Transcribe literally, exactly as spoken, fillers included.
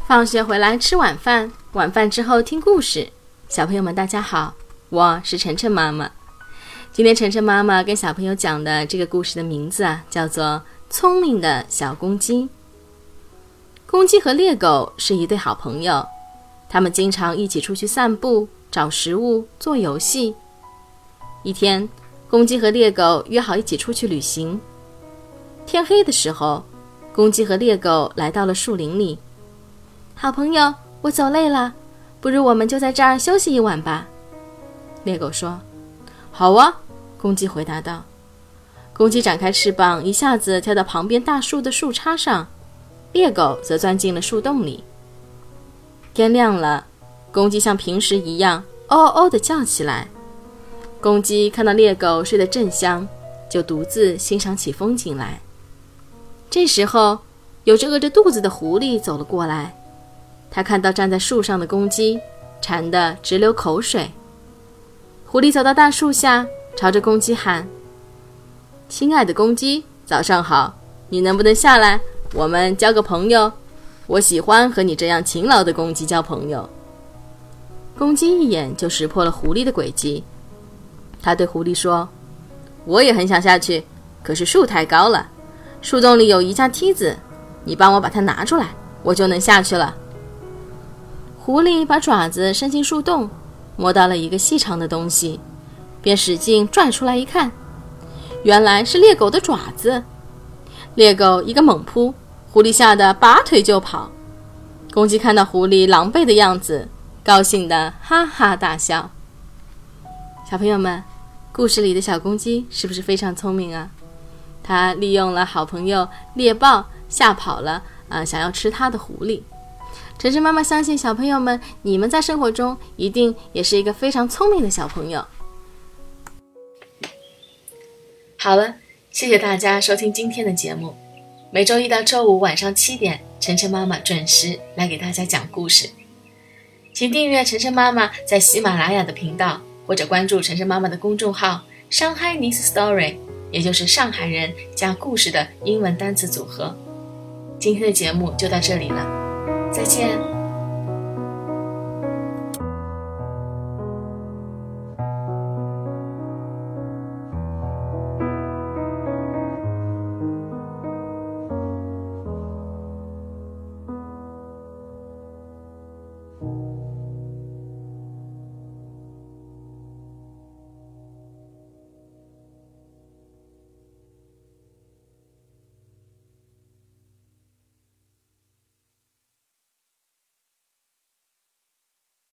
放学回来吃晚饭，晚饭之后听故事。小朋友们大家好，我是晨晨妈妈。今天晨晨妈妈跟小朋友讲的这个故事的名字啊，叫做聪明的小公鸡。公鸡和猎狗是一对好朋友，他们经常一起出去散步，找食物，做游戏。一天，公鸡和猎狗约好一起出去旅行。天黑的时候，公鸡和猎狗来到了树林里。好朋友，我走累了，不如我们就在这儿休息一晚吧。猎狗说。好啊，公鸡回答道。公鸡展开翅膀，一下子跳到旁边大树的树杈上，猎狗则钻进了树洞里。天亮了，公鸡像平时一样哦哦地叫起来。公鸡看到猎狗睡得正香，就独自欣赏起风景来。这时候，有着饿着肚子的狐狸走了过来。他看到站在树上的公鸡，馋得直流口水。狐狸走到大树下，朝着公鸡喊：亲爱的公鸡，早上好，你能不能下来，我们交个朋友？我喜欢和你这样勤劳的公鸡交朋友。公鸡一眼就识破了狐狸的诡计，他对狐狸说：我也很想下去，可是树太高了，树洞里有一架梯子，你帮我把它拿出来，我就能下去了。狐狸把爪子伸进树洞，摸到了一个细长的东西，便使劲拽出来一看，原来是猎狗的爪子。猎狗一个猛扑，狐狸吓得拔腿就跑。公鸡看到狐狸狼狈的样子，高兴得哈哈大笑。小朋友们，故事里的小公鸡是不是非常聪明啊？它利用了好朋友猎豹吓跑了、呃、想要吃它的狐狸。晨晨妈妈相信小朋友们，你们在生活中一定也是一个非常聪明的小朋友。好了，谢谢大家收听今天的节目。每周一到周五晚上七点，晨晨妈妈准时来给大家讲故事。请订阅晨晨妈妈在喜马拉雅的频道，或者关注晨晨妈妈的公众号上海 Nice Story， 也就是上海人加故事的英文单词组合。今天的节目就到这里了，再见。